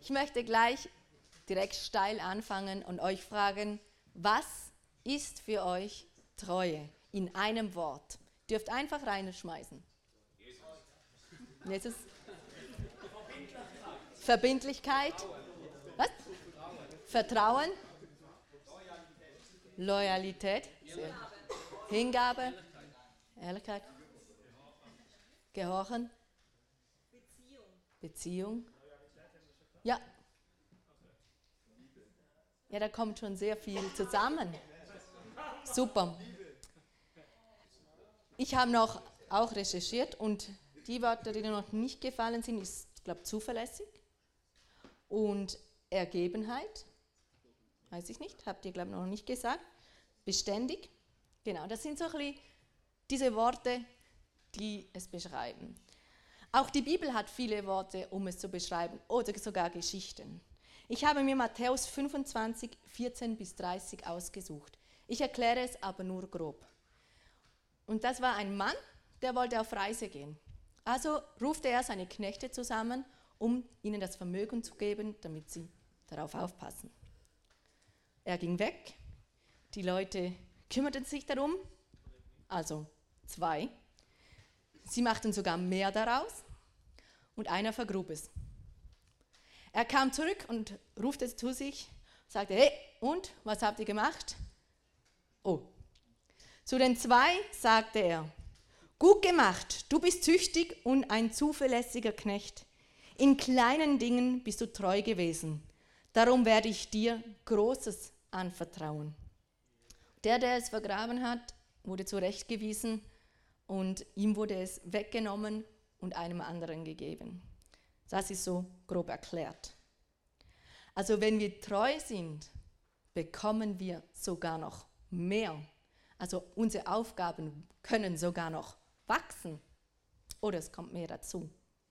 Ich möchte gleich direkt steil anfangen und euch fragen, was ist für euch Treue in einem Wort? Dürft einfach reinschmeißen. Jesus. Verbindlichkeit. Was? Vertrauen. Loyalität. Hingabe. Ehrlichkeit. Gehorchen. Beziehung. Ja. Ja, da kommt schon sehr viel zusammen. Super. Ich habe noch auch recherchiert und die Wörter, die noch nicht gefallen sind, ist, glaube ich, zuverlässig und Ergebenheit. Weiß ich nicht, habt ihr, glaube ich, noch nicht gesagt. Beständig. Genau, das sind so ein bisschen diese Worte, die es beschreiben. Auch die Bibel hat viele Worte, um es zu beschreiben, oder sogar Geschichten. Ich habe mir Matthäus 25, 14 bis 30 ausgesucht. Ich erkläre es aber nur grob. Und das war ein Mann, der wollte auf Reise gehen. Also rufte er seine Knechte zusammen, um ihnen das Vermögen zu geben, damit sie darauf aufpassen. Er ging weg, die Leute kümmerten sich darum, also 2. Sie machten sogar mehr daraus und einer vergrub es. Er kam zurück und rufte zu sich, sagte, hey, und, was habt ihr gemacht? Oh. Zu den 2 sagte er, gut gemacht, du bist tüchtig und ein zuverlässiger Knecht. In kleinen Dingen bist du treu gewesen. Darum werde ich dir Großes anvertrauen. Der es vergraben hat, wurde zurechtgewiesen und ihm wurde es weggenommen und einem anderen gegeben. Das ist so grob erklärt. Also wenn wir treu sind, bekommen wir sogar noch mehr. Also unsere Aufgaben können sogar noch wachsen oder es kommt mehr dazu.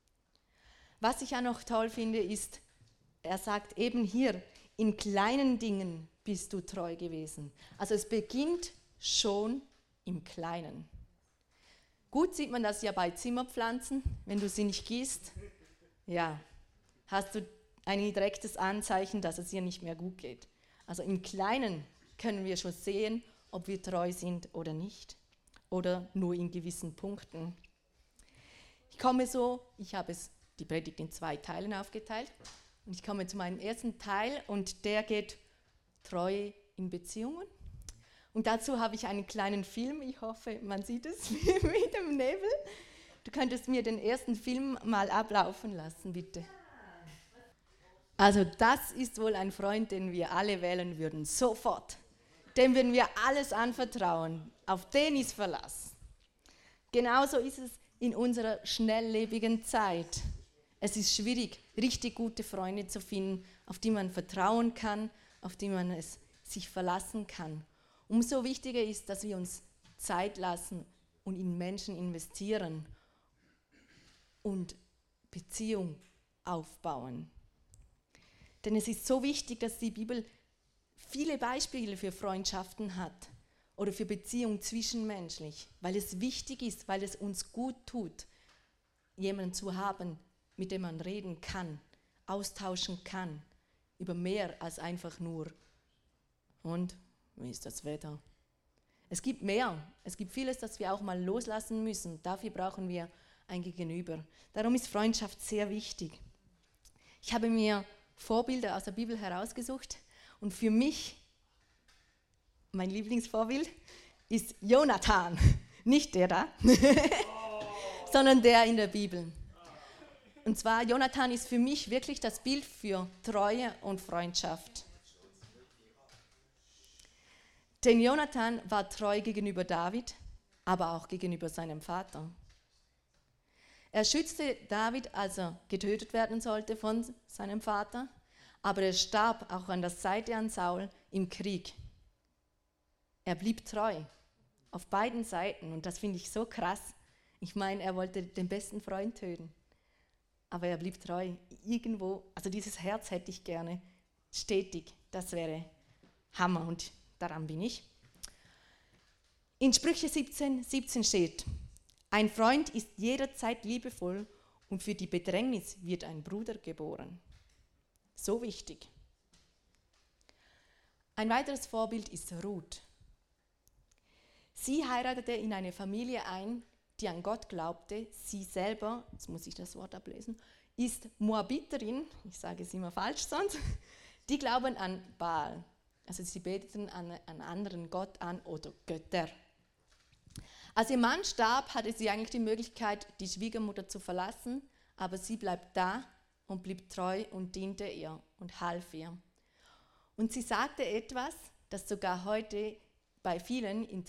Was ich auch noch toll finde, ist, er sagt eben hier, in kleinen Dingen bist du treu gewesen. Also es beginnt schon im Kleinen. Gut sieht man das ja bei Zimmerpflanzen, wenn du sie nicht gießt, ja, hast du ein direktes Anzeichen, dass es ihr nicht mehr gut geht. Also im Kleinen können wir schon sehen, ob wir treu sind oder nicht. Oder nur in gewissen Punkten. Ich habe die Predigt in 2 Teilen aufgeteilt. Und ich komme zu meinem ersten Teil und der geht Treue in Beziehungen. Und dazu habe ich einen kleinen Film, ich hoffe, man sieht es mit dem Nebel. Du könntest mir den ersten Film mal ablaufen lassen, bitte. Also das ist wohl ein Freund, den wir alle wählen würden, sofort. Dem würden wir alles anvertrauen, auf den ist Verlass. Genauso ist es in unserer schnelllebigen Zeit. Es ist schwierig, richtig gute Freunde zu finden, auf die man vertrauen kann, auf die man es sich verlassen kann. Umso wichtiger ist, dass wir uns Zeit lassen und in Menschen investieren und Beziehung aufbauen. Denn es ist so wichtig, dass die Bibel viele Beispiele für Freundschaften hat oder für Beziehungen zwischenmenschlich, weil es wichtig ist, weil es uns gut tut, jemanden zu haben, mit dem man reden kann, austauschen kann, über mehr als einfach nur, und wie ist das Wetter? Es gibt mehr, es gibt vieles, das wir auch mal loslassen müssen, dafür brauchen wir ein Gegenüber. Darum ist Freundschaft sehr wichtig. Ich habe mir Vorbilder aus der Bibel herausgesucht und für mich, mein Lieblingsvorbild, ist Jonathan. Nicht der da, sondern der in der Bibel. Und zwar, Jonathan ist für mich wirklich das Bild für Treue und Freundschaft. Denn Jonathan war treu gegenüber David, aber auch gegenüber seinem Vater. Er schützte David, als er getötet werden sollte von seinem Vater, aber er starb auch an der Seite an Saul im Krieg. Er blieb treu auf beiden Seiten und das finde ich so krass. Ich meine, er wollte den besten Freund töten, aber er blieb treu. Irgendwo, also dieses Herz hätte ich gerne stetig, das wäre Hammer und daran bin ich. In Sprüche 17 steht, ein Freund ist jederzeit liebevoll und für die Bedrängnis wird ein Bruder geboren. So wichtig. Ein weiteres Vorbild ist Ruth. Sie heiratete in eine Familie ein, die an Gott glaubte. Sie selber, jetzt muss ich das Wort ablesen, ist Moabiterin, ich sage es immer falsch sonst, die glauben an Baal. Also sie beteten an einen anderen Gott an oder Götter. Als ihr Mann starb, hatte sie eigentlich die Möglichkeit, die Schwiegermutter zu verlassen, aber sie bleibt da und blieb treu und diente ihr und half ihr. Und sie sagte etwas, das sogar heute bei vielen in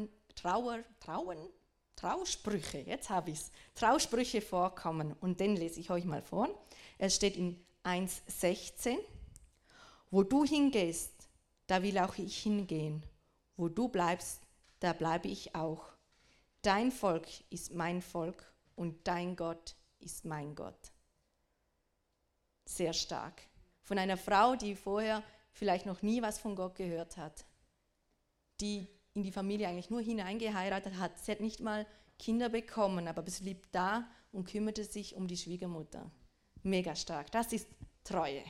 Trausprüche, jetzt habe ich es, Trausprüche vorkommen. Und den lese ich euch mal vor. Es steht in 1,16: Wo du hingehst, da will auch ich hingehen. Wo du bleibst, da bleibe ich auch. Dein Volk ist mein Volk und dein Gott ist mein Gott. Sehr stark. Von einer Frau, die vorher vielleicht noch nie was von Gott gehört hat, die in die Familie eigentlich nur hineingeheiratet hat. Sie hat nicht mal Kinder bekommen, aber sie blieb da und kümmerte sich um die Schwiegermutter. Mega stark. Das ist Treue.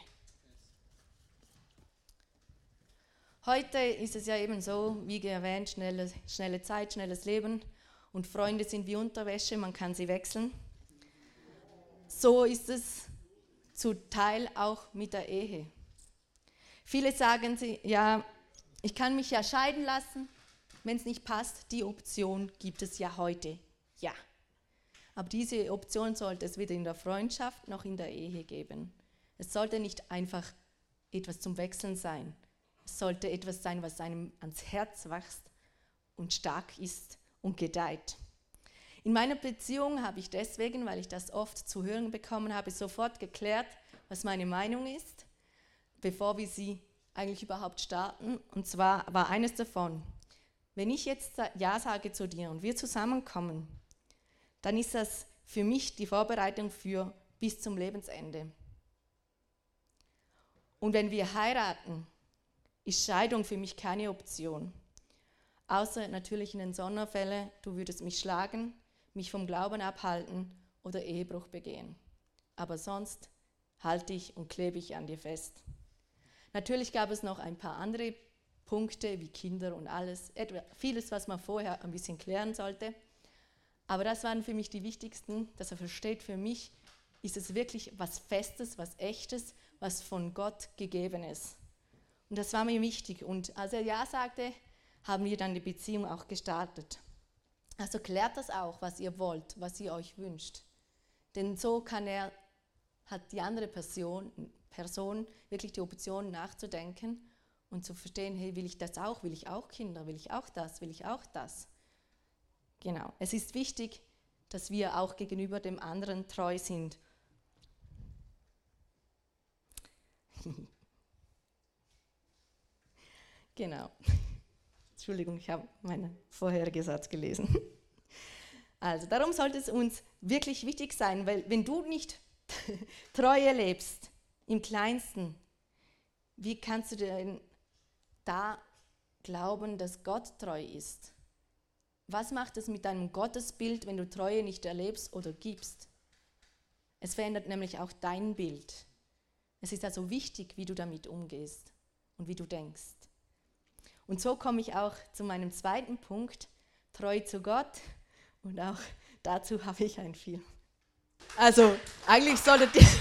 Heute ist es ja eben so, wie erwähnt, schnelle Zeit, schnelles Leben und Freunde sind wie Unterwäsche, man kann sie wechseln. So ist es zu Teil auch mit der Ehe. Viele sagen, ja, ich kann mich ja scheiden lassen, wenn es nicht passt. Die Option gibt es ja heute, ja. Aber diese Option sollte es weder in der Freundschaft noch in der Ehe geben. Es sollte nicht einfach etwas zum Wechseln sein. Es sollte etwas sein, was einem ans Herz wächst und stark ist und gedeiht. In meiner Beziehung habe ich deswegen, weil ich das oft zu hören bekommen habe, sofort geklärt, was meine Meinung ist, bevor wir sie eigentlich überhaupt starten. Und zwar war eines davon: Wenn ich jetzt Ja sage zu dir und wir zusammenkommen, dann ist das für mich die Vorbereitung für bis zum Lebensende. Und wenn wir heiraten, ist Scheidung für mich keine Option. Außer natürlich in den Sonderfällen, du würdest mich schlagen, mich vom Glauben abhalten oder Ehebruch begehen. Aber sonst halte ich und klebe ich an dir fest. Natürlich gab es noch ein paar andere Punkte wie Kinder und alles, vieles, was man vorher ein bisschen klären sollte. Aber das waren für mich die wichtigsten, dass er versteht, für mich ist es wirklich was Festes, was Echtes, was von Gott gegeben ist. Und das war mir wichtig. Und als er Ja sagte, haben wir dann die Beziehung auch gestartet. Also klärt das auch, was ihr wollt, was ihr euch wünscht. Denn so hat die andere Person wirklich die Option nachzudenken und zu verstehen, hey, will ich das auch? Will ich auch Kinder? Will ich auch das? Will ich auch das? Genau. Es ist wichtig, dass wir auch gegenüber dem anderen treu sind. Genau. Entschuldigung, ich habe meinen vorherigen Satz gelesen. Also darum sollte es uns wirklich wichtig sein, weil wenn du nicht Treue lebst, im Kleinsten, wie kannst du denn da glauben, dass Gott treu ist? Was macht es mit deinem Gottesbild, wenn du Treue nicht erlebst oder gibst? Es verändert nämlich auch dein Bild. Es ist also wichtig, wie du damit umgehst und wie du denkst. Und so komme ich auch zu meinem zweiten Punkt, treu zu Gott. Und auch dazu habe ich ein Film. Also, eigentlich solltet ihr...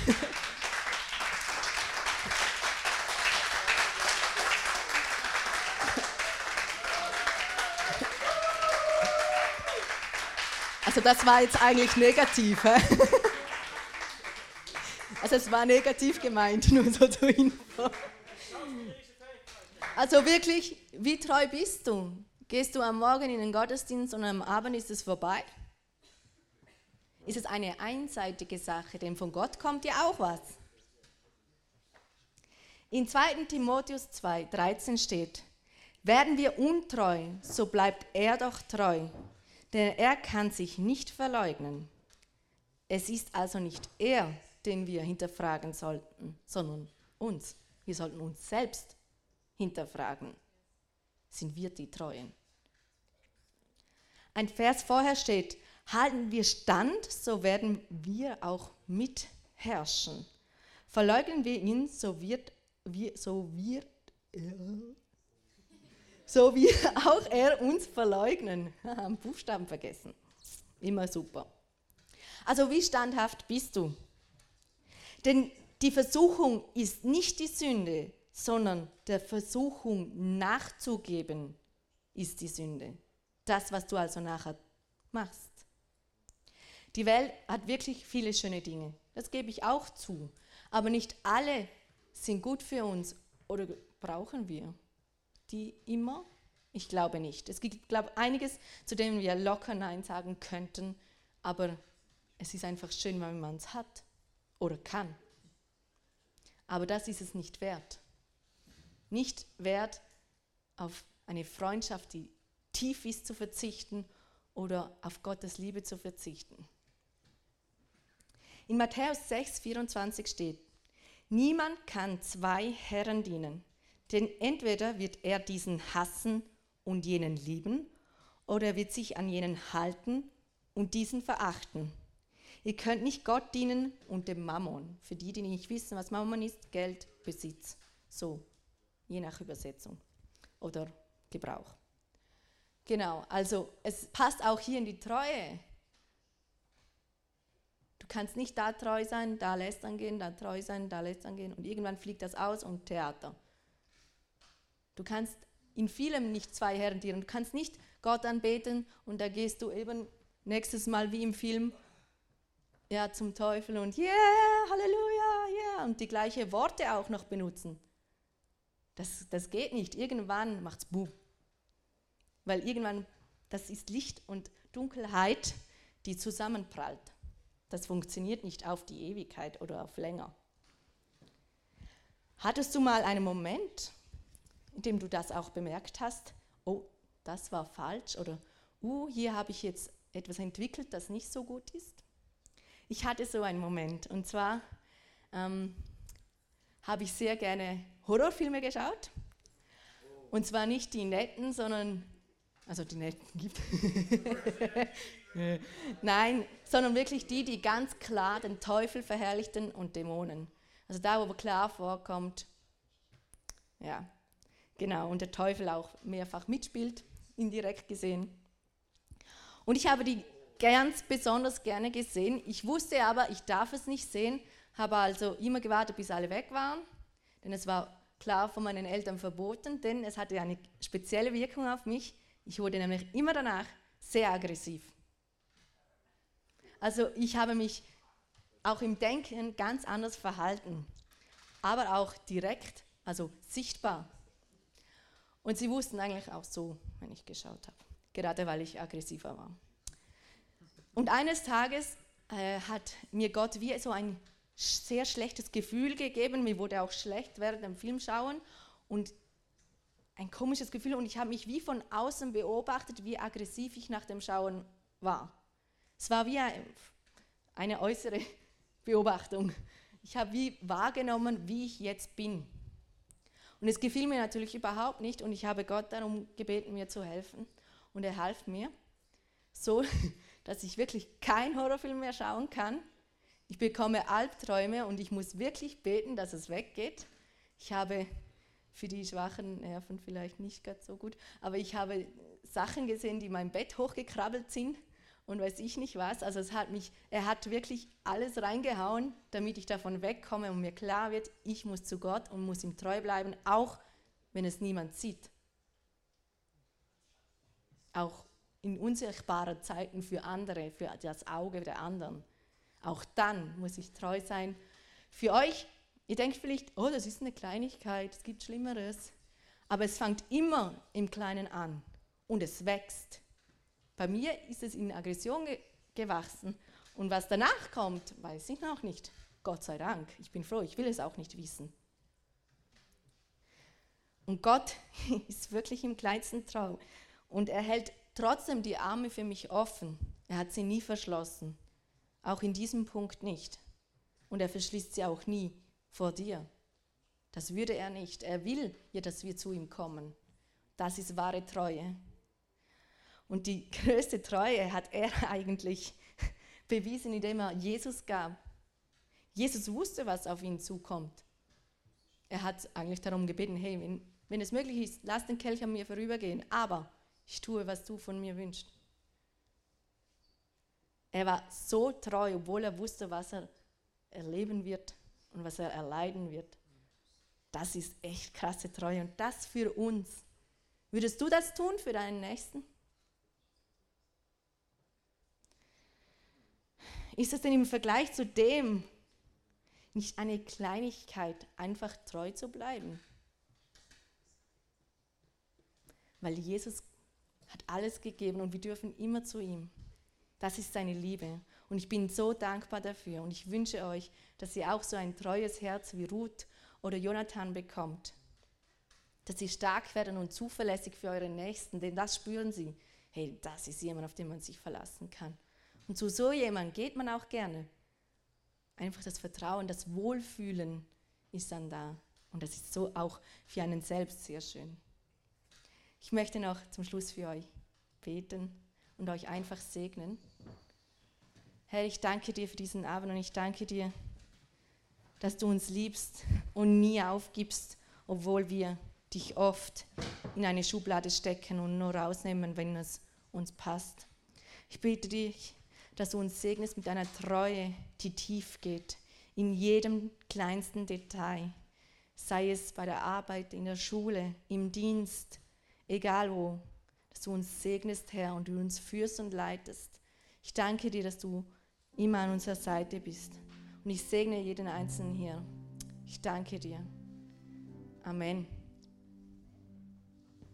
Also das war jetzt eigentlich negativ. He? Also es war negativ gemeint, nur so zur Info. Also wirklich, wie treu bist du? Gehst du am Morgen in den Gottesdienst und am Abend ist es vorbei? Ist es eine einseitige Sache, denn von Gott kommt ja auch was. In 2. Timotheus 2,13 steht: Werden wir untreu, so bleibt er doch treu, denn er kann sich nicht verleugnen. Es ist also nicht er, den wir hinterfragen sollten, sondern uns. Wir sollten uns selbst hinterfragen. Sind wir die Treuen? Ein Vers vorher steht: Halten wir stand, so werden wir auch mitherrschen. Verleugnen wir ihn, so wie auch er uns verleugnen. Am Buchstaben vergessen. Immer super. Also wie standhaft bist du? Denn die Versuchung ist nicht die Sünde, sondern der Versuchung nachzugeben ist die Sünde. Das, was du also nachher machst. Die Welt hat wirklich viele schöne Dinge. Das gebe ich auch zu. Aber nicht alle sind gut für uns oder brauchen wir die immer? Ich glaube nicht. Es gibt, glaube ich, einiges, zu dem wir locker Nein sagen könnten, aber es ist einfach schön, wenn man es hat oder kann. Aber das ist es nicht wert. Nicht wert, auf eine Freundschaft, die tief ist, zu verzichten oder auf Gottes Liebe zu verzichten. In Matthäus 6,24 steht: Niemand kann zwei Herren dienen, denn entweder wird er diesen hassen und jenen lieben, oder er wird sich an jenen halten und diesen verachten. Ihr könnt nicht Gott dienen und dem Mammon. Für die, die nicht wissen, was Mammon ist: Geld, Besitz. So, je nach Übersetzung oder Gebrauch. Genau, also es passt auch hier in die Treue. Du kannst nicht da treu sein, da lästern gehen, da treu sein, da lästern gehen und irgendwann fliegt das aus und Theater. Du kannst in vielem nicht zwei Herren dienen. Du kannst nicht Gott anbeten und da gehst du eben nächstes Mal wie im Film zum Teufel und yeah, Halleluja, yeah, und die gleichen Worte auch noch benutzen. Das geht nicht. Irgendwann macht's buh. Weil irgendwann, das ist Licht und Dunkelheit, die zusammenprallt. Das funktioniert nicht auf die Ewigkeit oder auf länger. Hattest du mal einen Moment, in dem du das auch bemerkt hast? Oh, das war falsch oder hier habe ich jetzt etwas entwickelt, das nicht so gut ist? Ich hatte so einen Moment und zwar habe ich sehr gerne Horrorfilme geschaut. Und zwar nicht die netten, sondern, also die netten gibt nein, sondern wirklich die ganz klar den Teufel verherrlichten und Dämonen. Also da, wo klar vorkommt, ja, genau, und der Teufel auch mehrfach mitspielt, indirekt gesehen. Und ich habe die ganz besonders gerne gesehen. Ich wusste aber, ich darf es nicht sehen, habe also immer gewartet, bis alle weg waren, denn es war klar von meinen Eltern verboten, denn es hatte eine spezielle Wirkung auf mich. Ich wurde nämlich immer danach sehr aggressiv. Also ich habe mich auch im Denken ganz anders verhalten, aber auch direkt, also sichtbar. Und sie wussten eigentlich auch so, wenn ich geschaut habe, gerade weil ich aggressiver war. Und eines Tages hat mir Gott wie so ein sehr schlechtes Gefühl gegeben. Mir wurde auch schlecht während dem Film schauen und ein komisches Gefühl. Und ich habe mich wie von außen beobachtet, wie aggressiv ich nach dem Schauen war. Es war wie eine äußere Beobachtung. Ich habe wie wahrgenommen, wie ich jetzt bin. Und es gefiel mir natürlich überhaupt nicht und ich habe Gott darum gebeten, mir zu helfen. Und er half mir, so dass ich wirklich keinen Horrorfilm mehr schauen kann. Ich bekomme Albträume und ich muss wirklich beten, dass es weggeht. Ich habe für die schwachen Nerven vielleicht nicht ganz so gut, aber ich habe Sachen gesehen, die in mein Bett hochgekrabbelt sind und weiß ich nicht was. Also er hat wirklich alles reingehauen, damit ich davon wegkomme und mir klar wird, ich muss zu Gott und muss ihm treu bleiben, auch wenn es niemand sieht. Auch in unsichtbaren Zeiten für andere, für das Auge der anderen. Auch dann muss ich treu sein. Für euch, ihr denkt vielleicht, oh, das ist eine Kleinigkeit, es gibt Schlimmeres. Aber es fängt immer im Kleinen an und es wächst. Bei mir ist es in Aggression gewachsen und was danach kommt, weiß ich noch nicht. Gott sei Dank, ich bin froh, ich will es auch nicht wissen. Und Gott ist wirklich im kleinsten Traum und er hält trotzdem die Arme für mich offen. Er hat sie nie verschlossen, auch in diesem Punkt nicht. Und er verschließt sie auch nie vor dir. Das würde er nicht. Er will ja, dass wir zu ihm kommen. Das ist wahre Treue. Und die größte Treue hat er eigentlich bewiesen, indem er Jesus gab. Jesus wusste, was auf ihn zukommt. Er hat eigentlich darum gebeten, hey, wenn es möglich ist, lass den Kelch an mir vorübergehen, aber ich tue, was du von mir wünschst. Er war so treu, obwohl er wusste, was er erleben wird und was er erleiden wird. Das ist echt krasse Treue und das für uns. Würdest du das tun für deinen Nächsten? Ist es denn im Vergleich zu dem nicht eine Kleinigkeit, einfach treu zu bleiben? Weil Jesus hat alles gegeben und wir dürfen immer zu ihm. Das ist seine Liebe und ich bin so dankbar dafür und ich wünsche euch, dass ihr auch so ein treues Herz wie Ruth oder Jonathan bekommt. Dass ihr stark werden und zuverlässig für eure Nächsten, denn das spüren sie. Hey, das ist jemand, auf den man sich verlassen kann. Und zu so jemandem geht man auch gerne. Einfach das Vertrauen, das Wohlfühlen ist dann da. Und das ist so auch für einen selbst sehr schön. Ich möchte noch zum Schluss für euch beten und euch einfach segnen. Herr, ich danke dir für diesen Abend und ich danke dir, dass du uns liebst und nie aufgibst, obwohl wir dich oft in eine Schublade stecken und nur rausnehmen, wenn es uns passt. Ich bitte dich, dass du uns segnest mit einer Treue, die tief geht, in jedem kleinsten Detail, sei es bei der Arbeit, in der Schule, im Dienst, egal wo, dass du uns segnest, Herr, und du uns führst und leitest. Ich danke dir, dass du immer an unserer Seite bist. Und ich segne jeden Einzelnen hier. Ich danke dir. Amen.